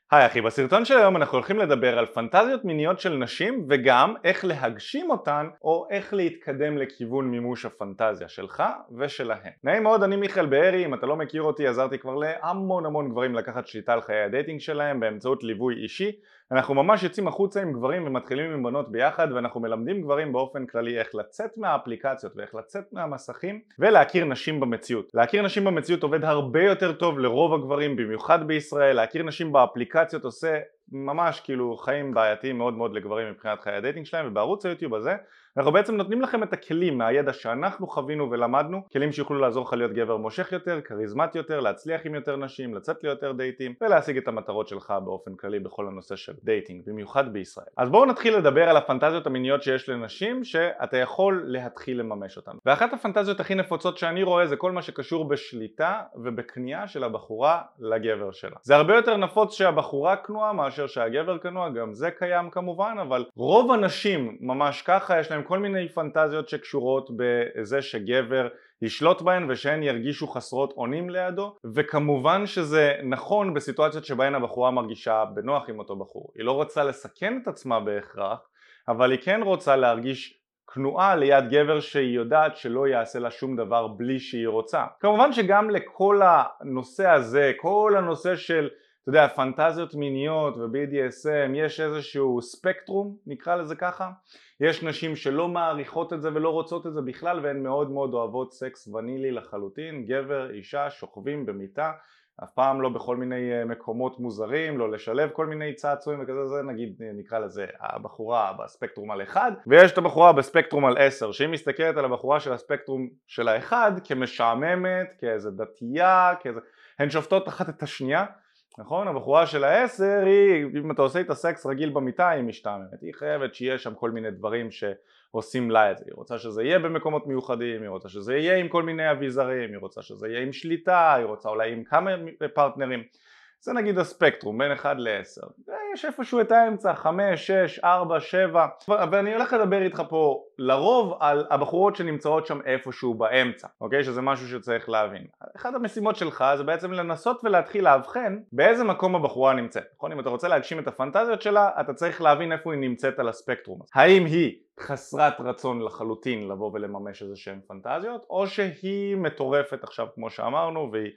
היי אחי, בסרטון של היום אנחנו הולכים לדבר על פנטזיות מיניות של נשים וגם איך להגשים אותן או איך להתקדם לכיוון מימוש הפנטזיה שלך ושלהן. נעים מאוד, אני מיכאל בארי, אם אתה לא מכיר אותי עזרתי כבר להמון גברים לקחת שליטה על חיי הדייטינג שלהם באמצעות ליווי אישי. אנחנו ממש יוצאים החוצה עם גברים ומתחילים עם בנות ביחד ואנחנו מלמדים גברים באופן כללי איך לצאת מהאפליקציות ואיך לצאת מהמסכים ולהכיר נשים במציאות. להכיר נשים במציאות עובד הרבה יותר טוב לרוב הגברים, במיוחד בישראל. להכיר נשים באפליקציות עושה ממש כאילו חיים בעייתיים מאוד לגברים מבחינת חיי הדייטינג שלהם, ובערוץ היוטיוב הזה אנחנו בעצם נותנים לכם את הכלים מהידע שאנחנו חווינו ולמדנו, כלים שיוכלו לעזור לך להיות גבר מושך יותר, כריזמטי יותר, להצליח עם יותר נשים, לצאת ליותר דייטים ולהשיג את המטרות שלך באופן כללי בכל הנושא של דייטינג, במיוחד בישראל. אז בואו נתחיל לדבר על הפנטזיות המיניות שיש לנשים שאתה יכול להתחיל לממש אותן. ואחת הפנטזיות הכי נפוצות שאני רואה זה כל מה שקשור בשליטה ובקנייה של הבחורה לגבר שלה. זה הרבה יותר נפוץ שהבחורה כנועה מאשר שהגבר כנוע, גם זה קיים כמובן, אבל רוב הנשים ממש ככה, יש להם כל מיני פנטזיות שקשורות בזה שגבר ישלוט בהן ושהן ירגישו חסרות אונים לידו, וכמובן שזה נכון בסיטואציות שבהן הבחורה מרגישה בנוח עם אותו בחור. היא לא רוצה לסכן את עצמה בהכרח, אבל היא כן רוצה להרגיש כנועה ליד גבר שהיא יודעת שלא יעשה לה שום דבר בלי שהיא רוצה. כמובן שגם לכל הנושא הזה, כל הנושא של אתה יודע, פנטזיות מיניות ו-BDSM, יש איזשהו ספקטרום, נקרא לזה ככה. יש נשים שלא מעריכות את זה ולא רוצות את זה בכלל, והן מאוד אוהבות סקס ונילי לחלוטין, גבר, אישה, שוכבים במיטה, אף פעם לא בכל מיני מקומות מוזרים, לא לשלב כל מיני צעצועים וכזה, זה נגיד נקרא לזה הבחורה בספקטרום על 1, ויש את הבחורה בספקטרום על 10, שהיא מסתכלת על הבחורה של הספקטרום של ה-1 כמשעממת, כאיזה דתייה, הן שופטות אחת את השנייה. נכון? הבחורה של ה-10 היא, אם אתה עושה את הסקס רגיל במיטה היא משתעממת, היא חייבת שיהיה שם כל מיני דברים שעושים לה את זה, היא רוצה שזה יהיה במקומות מיוחדים, היא רוצה שזה יהיה עם כל מיני אביזרים, היא רוצה שזה יהיה עם שליטה, היא רוצה אולי עם כמה פרטנרים. זה נגיד הספקטרום בין 1 ל-10, ויש איפשהו את האמצע 5, 6, 4, 7, ואני הולך לדבר איתך פה לרוב על הבחורות שנמצאות שם איפשהו באמצע, אוקיי? שזה משהו שצריך להבין. אחת המשימות שלך זה בעצם לנסות ולהתחיל להבחן באיזה מקום הבחורה נמצאת, נכון? אם אתה רוצה להגשים את הפנטזיות שלה אתה צריך להבין איפה היא נמצאת על הספקטרום. האם היא חסרת רצון לחלוטין לבוא ולממש איזה שהן פנטזיות, או שהיא מטורפת עכשיו כמו שאמרנו והיא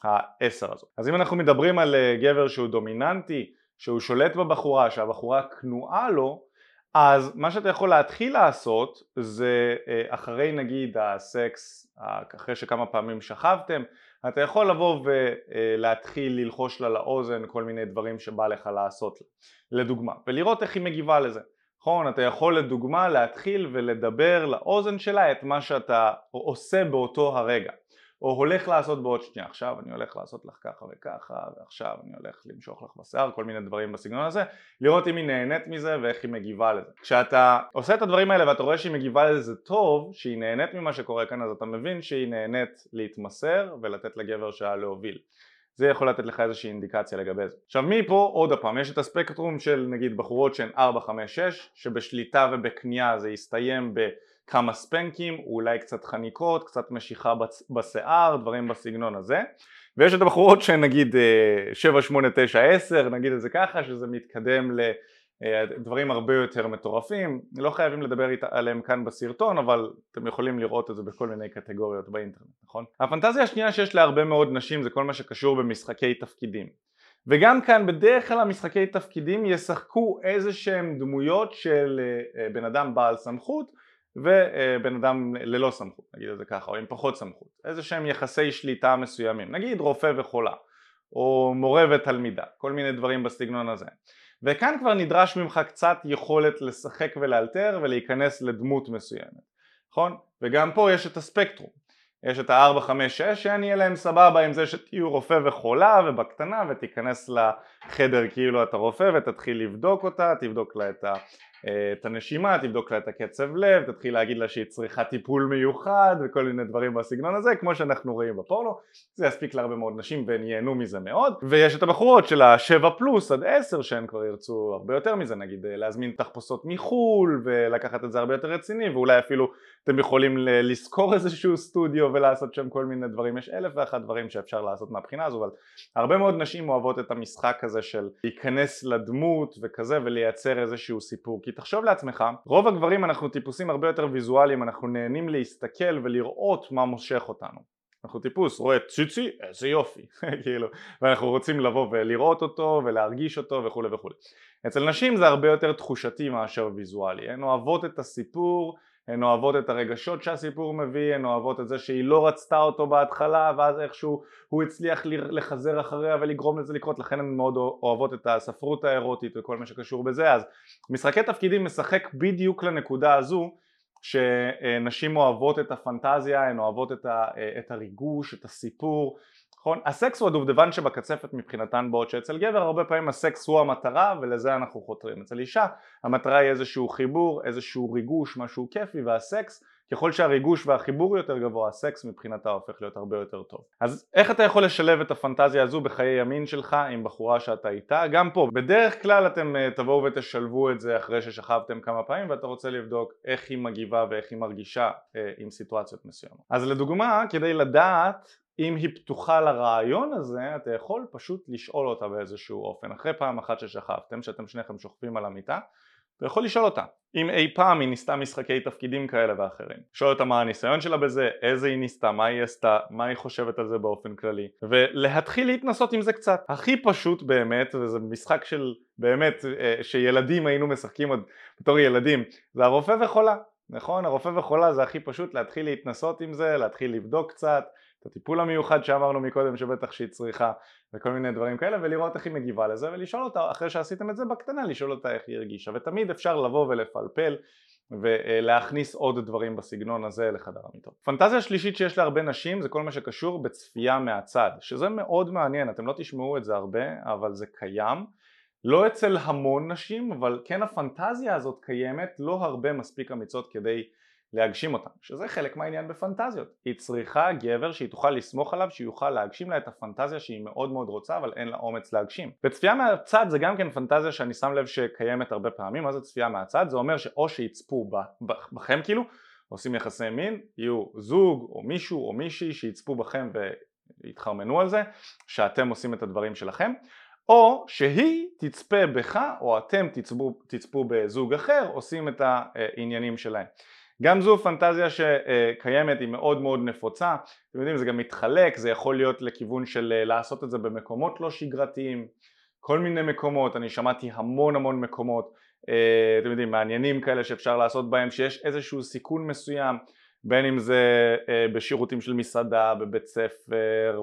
ה-10 הזאת. אז אם אנחנו מדברים על גבר שהוא דומיננטי, שהוא שולט בבחורה, שהבחורה כנועה לו, אז מה שאתה יכול להתחיל לעשות זה אחרי נגיד הסקס, אחרי שכמה פעמים שכבתם, אתה יכול לבוא ולהתחיל ללחוש לה לאוזן כל מיני דברים שבא לך לעשות לה, לדוגמה, ולראות איך היא מגיבה לזה. נכון, אתה יכול לדוגמה להתחיל ולדבר לאוזן שלה את מה שאתה עושה באותו הרגע. או הולך לעשות בעוד שנייה, עכשיו אני הולך לעשות לך ככה וככה, ועכשיו אני הולך למשוך לך בשיער, כל מיני דברים בסגנון הזה, לראות אם היא נהנית מזה ואיך היא מגיבה לזה. כשאתה עושה את הדברים האלה ואתה רואה שהיא מגיבה לזה טוב, שהיא נהנית ממה שקורה כאן, אז אתה מבין שהיא נהנית להתמסר ולתת לגבר שלה להוביל. זה יכול לתת לך איזושהי אינדיקציה לגבי זה. עכשיו מפה עוד הפעם, יש את הספקטרום של נגיד בחורות שהן 4, 5, 6, שבשליטה ובקנייה זה יסתיים בכמה ספנקים, אולי קצת חניקות, קצת משיכה בשיער, דברים בסגנון הזה. ויש את הבחורות שהן נגיד 7, 8, 9, 10, נגיד את זה ככה, שזה מתקדם לדברים הרבה יותר מטורפים. לא חייבים לדבר עליהם כאן בסרטון, אבל אתם יכולים לראות את זה בכל מיני קטגוריות באינטרנט, נכון? הפנטזיה השנייה שיש להרבה מאוד נשים זה כל מה שקשור במשחקי תפקידים. וגם כאן בדרך כלל המשחקי תפקידים ישחקו איזה שהם דמויות של בן אדם בעל סמכות ובן אדם ללא סמכות, נגיד את זה ככה, או עם פחות סמכות, איזה שהם יחסי שליטה מסוימים, נגיד רופא וחולה, או מורה ותלמידה, כל מיני דברים בסגנון הזה. וכאן כבר נדרש ממך קצת יכולת לשחק ולאלתר ולהיכנס לדמות מסוימת, נכון? וגם פה יש את הספקטרום, יש את ה-4, 5, 6 שאני אהיה להם סבבה עם זה שתהיו רופא וחולה ובקטנה ותיכנס לחדר כאילו אתה רופא ותתחיל לבדוק אותה, תבדוק לה את את הנשימה, תבדוק לה את הקצב לב, תתחיל להגיד לה שהיא צריכה טיפול מיוחד וכל מיני דברים בסגנון הזה, כמו שאנחנו רואים בפורנו. זה יספיק להרבה מאוד נשים והן ייהנו מזה מאוד. ויש את הבחורות של ה7 פלוס עד 10 שהן כבר ירצו הרבה יותר מזה, נגיד להזמין תחפושות מחול ולקחת את זה הרבה יותר רציני, ואולי אפילו אתם יכולים לשכור איזשהו סטודיו ולעשות שם כל מיני דברים. יש 1001 דברים שאפשר לעשות מהבחינה הזו, אבל הרבה מאוד נשים אוהבות את המשחק הזה של להיכנס לדמות וכזה ולייצר איזשהו סיפור. כי תחשוב לעצמך, רוב הגברים אנחנו טיפוסים הרבה יותר ויזואליים, אנחנו נהנים להסתכל ולראות מה מושך אותנו. אנחנו טיפוס רואה ציצי, איזה יופי, כאילו, ואנחנו רוצים לבוא ולראות אותו ולהרגיש אותו וכו' וכו'. אצל נשים זה הרבה יותר תחושתי מאשר ויזואלי, הן אוהבות את הסיפור, הן אוהבות את הרגשות שהסיפור מביא, הן אוהבות את זה שהיא לא רצתה אותו בהתחלה ואז איכשהו הוא הצליח לחזר אחריה ולגרום לזה לקרות, לכן הן מאוד אוהבות את הספרות האירוטית וכל מה שקשור בזה. אז משחקי תפקידים משחק בדיוק לנקודה הזו שנשים אוהבות את הפנטזיה, הן אוהבות את הריגוש, את הסיפור, נכון? הסקס הוא הדובדבן שבקצפת מבחינתן, בעוד שאצל גבר הרבה פעמים הסקס הוא המטרה ולזה אנחנו חותרים. אצל אישה המטרה היא איזשהו חיבור, איזשהו ריגוש, משהו כיפי, והסקס, ככל שהריגוש והחיבור יותר גבוה, הסקס מבחינתה הופך להיות הרבה יותר טוב. אז איך אתה יכול לשלב את הפנטזיה הזו בחיי ימין שלך עם בחורה שאתה איתה? גם פה, בדרך כלל אתם תבואו ותשלבו את זה אחרי ששכבתם כמה פעמים ואתה רוצה לבדוק איך היא מגיבה ואיך היא מרגישה עם סיטואציות מסוימות. אז לדוגמה, כדי לדעת אם היא פתוחה לרעיון הזה, אתה יכול פשוט לשאול אותה באיזשהו אופן. אחרי פעם אחת ששכבתם, שאתם שניכם שוכבים על המיטה, אתה יכול לשאול אותה אם אי פעם היא ניסתה משחקי תפקידים כאלה ואחרים. שואל אותה מה הניסיון שלה בזה, איזה היא ניסתה, מה היא עשתה, מה היא חושבת על זה באופן כללי, ולהתחיל להתנסות עם זה קצת. הכי פשוט באמת, וזה משחק של באמת שילדים היינו משחקים עוד בתור ילדים, זה הרופא וחולה. נכון? הרופא וחולה זה הכי פשוט, להתחיל להתנסות עם זה, להתחיל לבדוק קצת את הטיפול המיוחד שאמרנו מקודם שבטח שהיא צריכה וכל מיני דברים כאלה, ולראות איך היא מגיבה לזה ולשאול אותה, אחרי שעשיתם את זה בקטנה, לשאול אותה איך היא הרגישה. ותמיד אפשר לבוא ולפלפל ולהכניס עוד דברים בסגנון הזה לחדר המיטות. פנטזיה שלישית שיש להרבה נשים זה כל מה שקשור בצפייה מהצד, שזה מאוד מעניין, אתם לא תשמעו את זה הרבה אבל זה קיים, לא אצל המון נשים, אבל כן הפנטזיה הזאת קיימת, לא הרבה מספיק אמיצות כדי להגשים אותה, שזה חלק מהעניין בפנטזיות. היא צריכה גבר שהיא תוכל לסמוך עליו, שיוכל להגשים לה את הפנטזיה שהיא מאוד מאוד רוצה אבל אין לה אומץ להגשים. וצפייה מהצד זה גם כן פנטזיה שאני שם לב שקיימת הרבה פעמים. מה זה צפייה מהצד? זה אומר שאו שיצפו בכם כאילו, עושים יחסי מין, יהיו זוג או מישהו או מישהי שיצפו בכם ויתחרמנו על זה שאתם עושים את הדברים שלכם, או שהיא תצפה בך או אתם תצפו בזוג אחר עושים את העניינים שלהם. גם זו פנטזיה שקיימת, היא מאוד מאוד נפוצה, אתם יודעים זה גם מתחלק, זה יכול להיות לכיוון של לעשות את זה במקומות לא שגרתיים, כל מיני מקומות, אני שמעתי המון מקומות, אתם יודעים מעניינים כאלה שאפשר לעשות בהם שיש איזשהו סיכון מסוים, בין אם זה בשירותים של מסעדה, בבית ספר,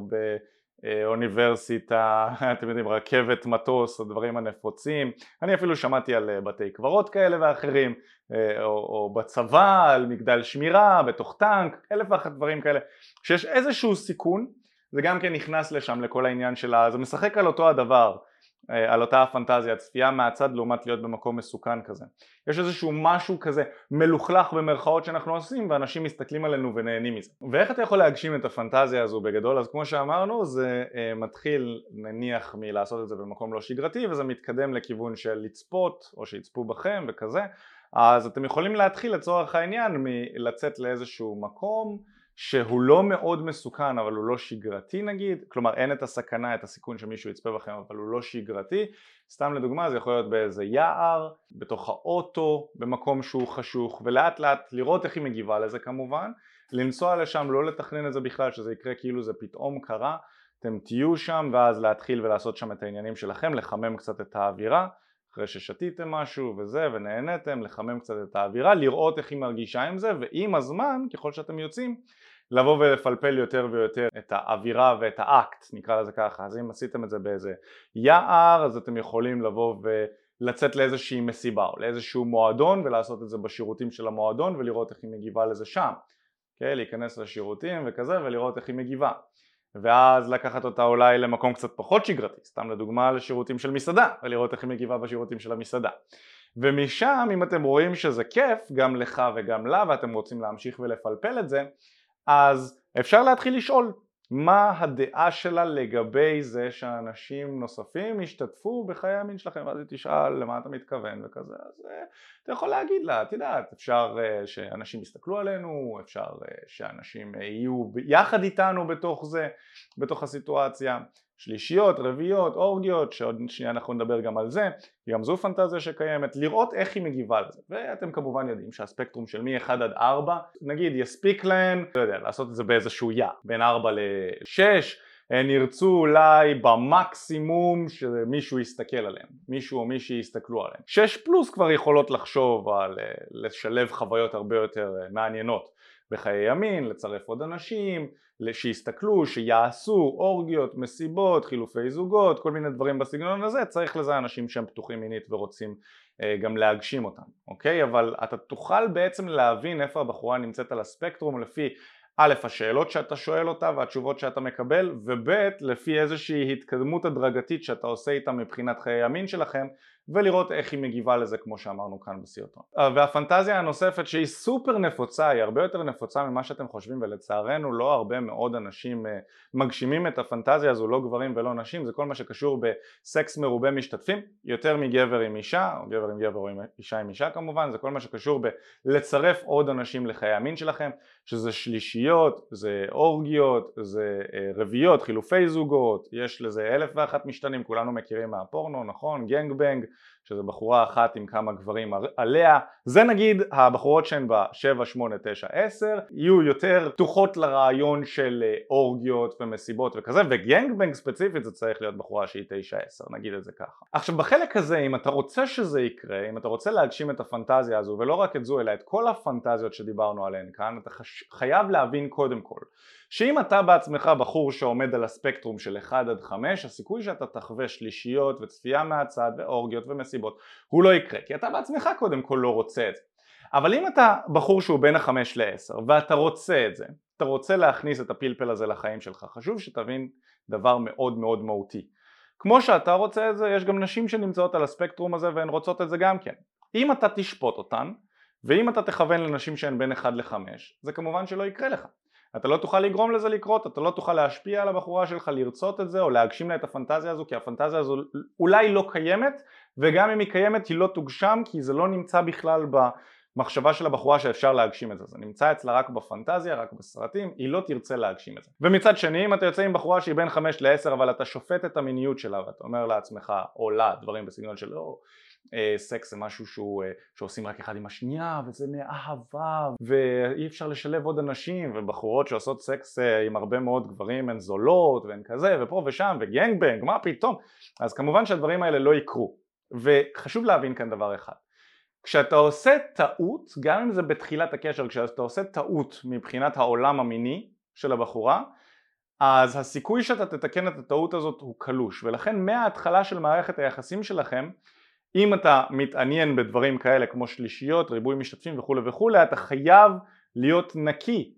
אוניברסיטה, אתם יודעים, רכבת, מטוס, הדברים הנפוצים. אני אפילו שמעתי על בתי קברות כאלה ואחרים, או בצבא, על מגדל שמירה, בתוך טנק, 1001 דברים כאלה, שיש איזשהו סיכון, זה גם כן נכנס לשם לכל העניין שלה, זה משחק על אותו הדבר, על אותה הפנטזיה, צפייה מהצד לעומת להיות במקום מסוכן כזה. יש איזשהו משהו כזה מלוכלך במרכאות שאנחנו עושים ואנשים מסתכלים עלינו ונהנים מזה. ואיך אתה יכול להגשים את הפנטזיה הזו בגדול? אז כמו שאמרנו זה מתחיל נניח מלעשות את זה במקום לא שגרתי וזה מתקדם לכיוון של לצפות או שיצפו בכם וכזה. אז אתם יכולים להתחיל לצורך העניין מלצאת לאיזשהו מקום שהוא לא מאוד מסוכן אבל הוא לא שגרתי נגיד, כלומר אין את הסכנה, את הסיכון שמישהו יצפה בכם אבל הוא לא שגרתי. סתם לדוגמה זה יכול להיות באיזה יער, בתוך האוטו, במקום שהוא חשוך, ולאט לאט לראות איך היא מגיבה לזה כמובן, לנסוע לשם, לא לתכנן את זה בכלל שזה יקרה כאילו זה פתאום קרה, אתם תהיו שם ואז להתחיל ולעשות שם את העניינים שלכם, לחמם קצת את האווירה אחרי ששתיתם משהו וזה ונהנתם, לחמם קצת את האווירה, לראות איך היא מרגישה עם זה, ועם הזמן ככל שאתם יוצאים לבוא ולפלפל יותר ויותר את האווירה ואת האקט, נקרא לזה ככה. אז אם עשיתם את זה באיזה יער אז אתם יכולים לבוא ולצאת לאיזושהי מסיבה או לאיזשהו מועדון ולעשות את זה בשירותים של המועדון ולראות איך היא מגיבה לזה שם, להיכנס לשירותים וכזה ולראות איך היא מגיבה, ואז לקחת אותה אולי למקום קצת פחות שגרתי, סתם לדוגמה לשירותים של מסעדה ולראות איך היא מגיבה בשירותים של המסעדה, ומשם אם אתם רואים שזה כיף גם לך וגם לה ואתם רוצים להמשיך ולפלפל את זה, אז אפשר להתחיל לשאול מה הדעה שלה לגבי זה שאנשים נוספים ישתתפו בחיי המין שלכם, ואז היא תשאל למה אתה מתכוון וכזה, אז אתה יכול להגיד לה, את יודעת, אפשר שאנשים יסתכלו עלינו, אפשר שאנשים יהיו יחד איתנו בתוך זה, בתוך הסיטואציה, שלישיות, רביעיות, אורגיות, שעוד שנייה אנחנו נדבר גם על זה, גם זו פנטזיה שקיימת, לראות איך היא מגיבה לזה. ואתם כמובן יודעים שהספקטרום של מ-1 עד 4, נגיד יספיק להן, לא יודע, לעשות את זה באיזשהו בין 4 ל-6, הן ירצו אולי במקסימום שמישהו יסתכל עליהם, מישהו או מישהי יסתכלו עליהם. 6 פלוס כבר יכולות לחשוב על לשלב חוויות הרבה יותר מעניינות בחיי ימין, לצרף עוד אנשים, שיסתכלו, שיעשו אורגיות, מסיבות, חילופי זוגות, כל מיני דברים בסגנון הזה. צריך לזה אנשים שהם פתוחים מינית ורוצים גם להגשים אותם, אוקיי? אבל אתה תוכל בעצם להבין איפה הבחורה נמצאת על הספקטרום לפי א', השאלות שאתה שואל אותה והתשובות שאתה מקבל, וב', לפי איזושהי התקדמות הדרגתית שאתה עושה איתה מבחינת חיי המין שלכם, ולראות איך היא מגיבה לזה כמו שאמרנו כאן בסרטון. והפנטזיה הנוספת שהיא סופר נפוצה, היא הרבה יותר נפוצה ממה שאתם חושבים, ולצערנו לא הרבה מאוד אנשים מגשימים את הפנטזיה הזו, לא גברים ולא נשים, זה כל מה שקשור בסקס מרובה משתתפים, יותר מגבר עם אישה, או גבר עם גבר או אישה עם אישה כמובן, זה כל מה שקשור בלצרף עוד אנשים לחיי המין שלכם, שזה שלישיות, זה אורגיות, זה רביעיות, חילופי זוגות, יש לזה 1001 משתנים, כולנו מכירים מהפורנו, נכון? גנג בנג, שזה בחורה אחת עם כמה גברים עליה, זה נגיד הבחורות שהן ב-7, 8, 9, 10 יהיו יותר פתוחות לרעיון של אורגיות ומסיבות וכזה, וגנג בנג ספציפית זה צריך להיות בחורה שהיא 9, 10, נגיד את זה ככה. עכשיו בחלק הזה, אם אתה רוצה שזה יקרה, אם אתה רוצה להגשים את הפנטזיה הזו, ולא רק את זו אלא את כל הפנטזיות שדיברנו עליהן כאן, אתה חייב להבין קודם כל שאם אתה בעצמך בחור שעומד על הספקטרום של 1 עד 5, הסיכוי שאתה תחווה שלישיות וצפייה מהצד ואורגיות ומסיבות הוא לא יקרה, כי אתה בעצמך קודם כל לא רוצה את זה. אבל אם אתה בחור שהוא בין 5 ל-10 ואתה רוצה את זה, אתה רוצה להכניס את הפלפל הזה לחיים שלך, חשוב שתבין דבר מאוד מאוד מהותי. כמו שאתה רוצה את זה, יש גם נשים שנמצאות על הספקטרום הזה והן רוצות את זה גם כן. אם אתה תשפוט אותן, ואם אתה תכוון לנשים שהן בין 1 ל-5, זה כמובן שלא יקרה לך. אתה לא תוכל לגרום לזה לקרות, אתה לא תוכל להשפיע על הבחורה שלך לרצות את זה או להגשים לה את הפנטזיה הזו, כי הפנטזיה הזו אולי לא קיימת, וגם אם היא קיימת היא לא תוגשם, כי זה לא נמצא בכלל במחשבה של הבחורה שאפשר להגשים את זה. זה נמצא אצלה רק בפנטזיה, רק בסרטים, היא לא תרצה להגשים את זה. ומצד שני, אם אתה יוצא עם בחורה שהיא בין 5 ל-10 אבל אתה שופט את המיניות שלה ואתה אומר לעצמך או לה דברים בסגנון של סקס זה משהו שעושים רק אחד עם השנייה וזה מאהבה ואי אפשר לשלב עוד אנשים, ובחורות שעושות סקס עם הרבה מאוד גברים הן זולות והן כזה ופה ושם וגנג בנג, מה פתאום? אז כמובן שהדברים האלה לא יקרו. וחשוב להבין כאן דבר אחד, כשאתה עושה טעות, גם אם זה בתחילת הקשר, כשאתה עושה טעות מבחינת העולם המיני של הבחורה, אז הסיכוי שאתה תתקן את הטעות הזאת הוא קלוש, ולכן מההתחלה של מערכת היחסים שלכם, אם אתה מתעניין בדברים כאלה כמו שלישיות, ריבוי משתתפים וכו' וכו', אתה חייב להיות נקי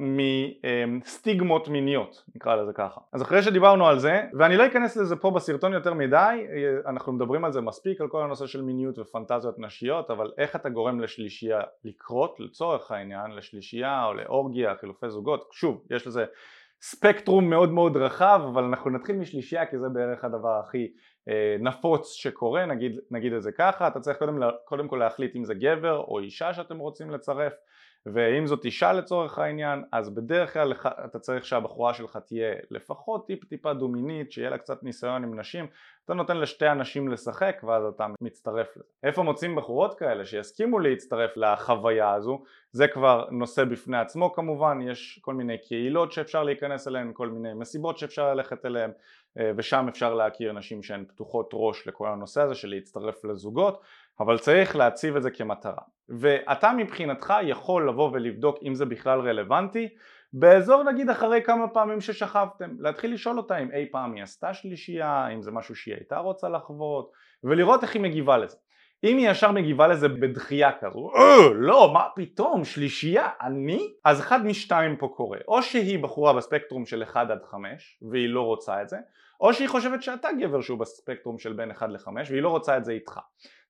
מסטיגמות מיניות, נקרא לזה ככה. אז אחרי שדיברנו על זה, ואני לא אכנס לזה פה בסרטון יותר מדי, אנחנו מדברים על זה מספיק, על כל הנושא של מיניות ופנטזיות נשיות, אבל איך אתה גורם לשלישייה לקרות, לצורך העניין, לשלישייה או לאורגיה, חילופי זוגות, שוב, יש לזה ספקטרום מאוד מאוד רחב, אבל אנחנו נתחיל משלישייה כי זה בערך הדבר הכי נפוץ שקורה, נגיד את זה ככה. אתה צריך קודם כל להחליט אם זה גבר או אישה שאתם רוצים לצרף, ואם זאת אישה לצורך העניין, אז בדרך כלל אתה צריך שהבחורה שלך תהיה לפחות טיפה דומינית, שיהיה לה קצת ניסיון עם נשים, אתה נותן לשתי אנשים לשחק ואז אתה מצטרף לזה. איפה מוצאים בחורות כאלה שיסכימו להצטרף לחוויה הזו? זה כבר נושא בפני עצמו כמובן, יש כל מיני קהילות שאפשר להיכנס אליהן, כל מיני מסיבות שאפשר ללכת אליהן, ושם אפשר להכיר נשים שהן פתוחות ראש לכל הנושא הזה של להצטרף לזוגות, אבל צריך להציב את זה כמטרה. ואתה מבחינתך יכול לבוא ולבדוק אם זה בכלל רלוונטי, באזור נגיד אחרי כמה פעמים ששכבתם, להתחיל לשאול אותה אם אי פעם היא עשתה שלישייה, אם זה משהו שהיא הייתה רוצה לחוות, ולראות איך היא מגיבה לזה. אם היא ישר מגיבה לזה בדחייה כזו, לא, מה פתאום, שלישייה, אני? אז אחד משתיים פה קורה, או שהיא בחורה בספקטרום של 1 עד 5 והיא לא רוצה את זה, או שהיא חושבת שאתה גבר שהוא בספקטרום של בין 1 ל-5 והיא לא רוצה את זה איתך.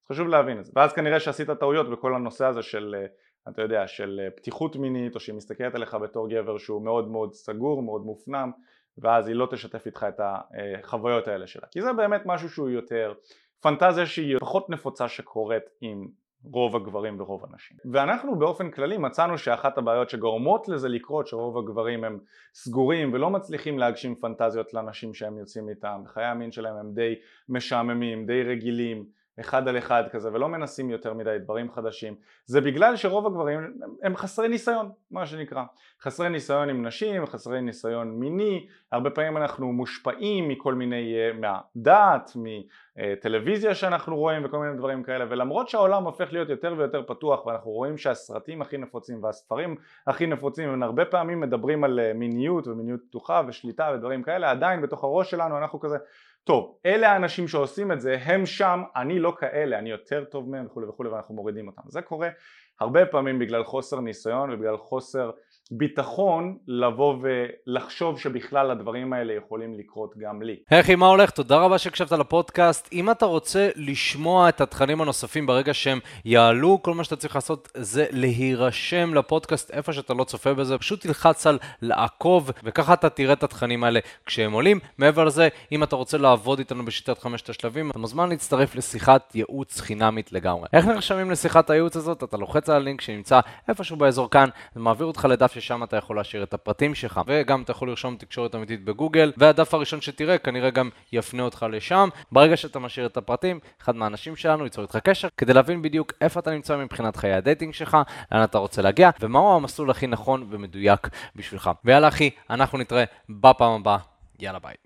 אז חשוב להבין את זה. ואז כנראה שעשית טעויות בכל הנושא הזה של, אתה יודע, של פתיחות מינית, או שהיא מסתכלת עליך בתור גבר שהוא מאוד מאוד סגור, מאוד מופנם, ואז היא לא תשתף איתך את החוויות האלה שלה. כי זה באמת משהו שהוא יותר פנטזיה שהיא פחות נפוצה שקורית עם רוב הגברים ורוב הנשים. ואנחנו באופן כללי מצאנו שאחת הבעיות שגורמות לזה לקרות, שרוב הגברים הם סגורים ולא מצליחים להגשים פנטזיות לנשים שהם יוצאים איתם, חיי המין שלהם הם די משעממים, די רגילים, אחד על אחד כזה, ולא מנסים יותר מדי דברים חדשים. זה בגלל שרוב הגברים הם חסרי ניסיון, מה שנקרא. חסרי ניסיון עם נשים, חסרי ניסיון מיני, הרבה פעמים אנחנו מושפעים מכל מיני, מהדת, מטלוויזיה שאנחנו רואים וכל מיני דברים כאלה, ולמרות שהעולם הופך להיות יותר ויותר פתוח, ואנחנו רואים שהסרטים הכי נפוצים והספרים הכי נפוצים, הם הרבה פעמים מדברים על מיניות ומיניות פתוחה ושליטה ודברים כאלה, עדיין בתוך הראש שלנו אנחנו כזה, טוב, אלה האנשים שעושים את זה, הם שם, אני לא כאלה, אני יותר טוב מהם וכו' וכו', ואנחנו מורידים אותם. זה קורה הרבה פעמים בגלל חוסר ניסיון ובגלל חוסר ביטחון לבוא ולחשוב שבכלל הדברים האלה יכולים לקרות גם לי. היי, מה הולך? תודה רבה שהקשבת לפודקאסט. אם אתה רוצה לשמוע את התכנים הנוספים ברגע שהם יעלו, כל מה שאתה צריך לעשות זה להירשם לפודקאסט איפה שאתה לא צופה בזה, פשוט תלחץ על לעקוב וככה אתה תראה את התכנים האלה כשהם עולים. מעבר לזה, אם אתה רוצה לעבוד איתנו בשיטת 5 השלבים, אתה מוזמן להצטרף לשיחת ייעוץ חינמית לגמרי. איך נרשמים לשיחת הייעוץ הזאת? אתה לוחץ על הלינק שנמצא איפשהו באזור כאן, זה מעביר אותך לדף ששם אתה יכול להשאיר את הפרטים שלך, וגם אתה יכול לרשום תקשורת אמיתית בגוגל, והדף הראשון שתראה כנראה גם יפנה אותך לשם. ברגע שאתה משאיר את הפרטים, אחד מהאנשים שלנו ייצור איתך קשר, כדי להבין בדיוק איפה אתה נמצא מבחינת חיי הדייטינג שלך, לאן אתה רוצה להגיע, ומהו המסלול הכי נכון ומדויק בשבילך. ויאללה אחי, אנחנו נתראה בפעם הבאה. יאללה ביי.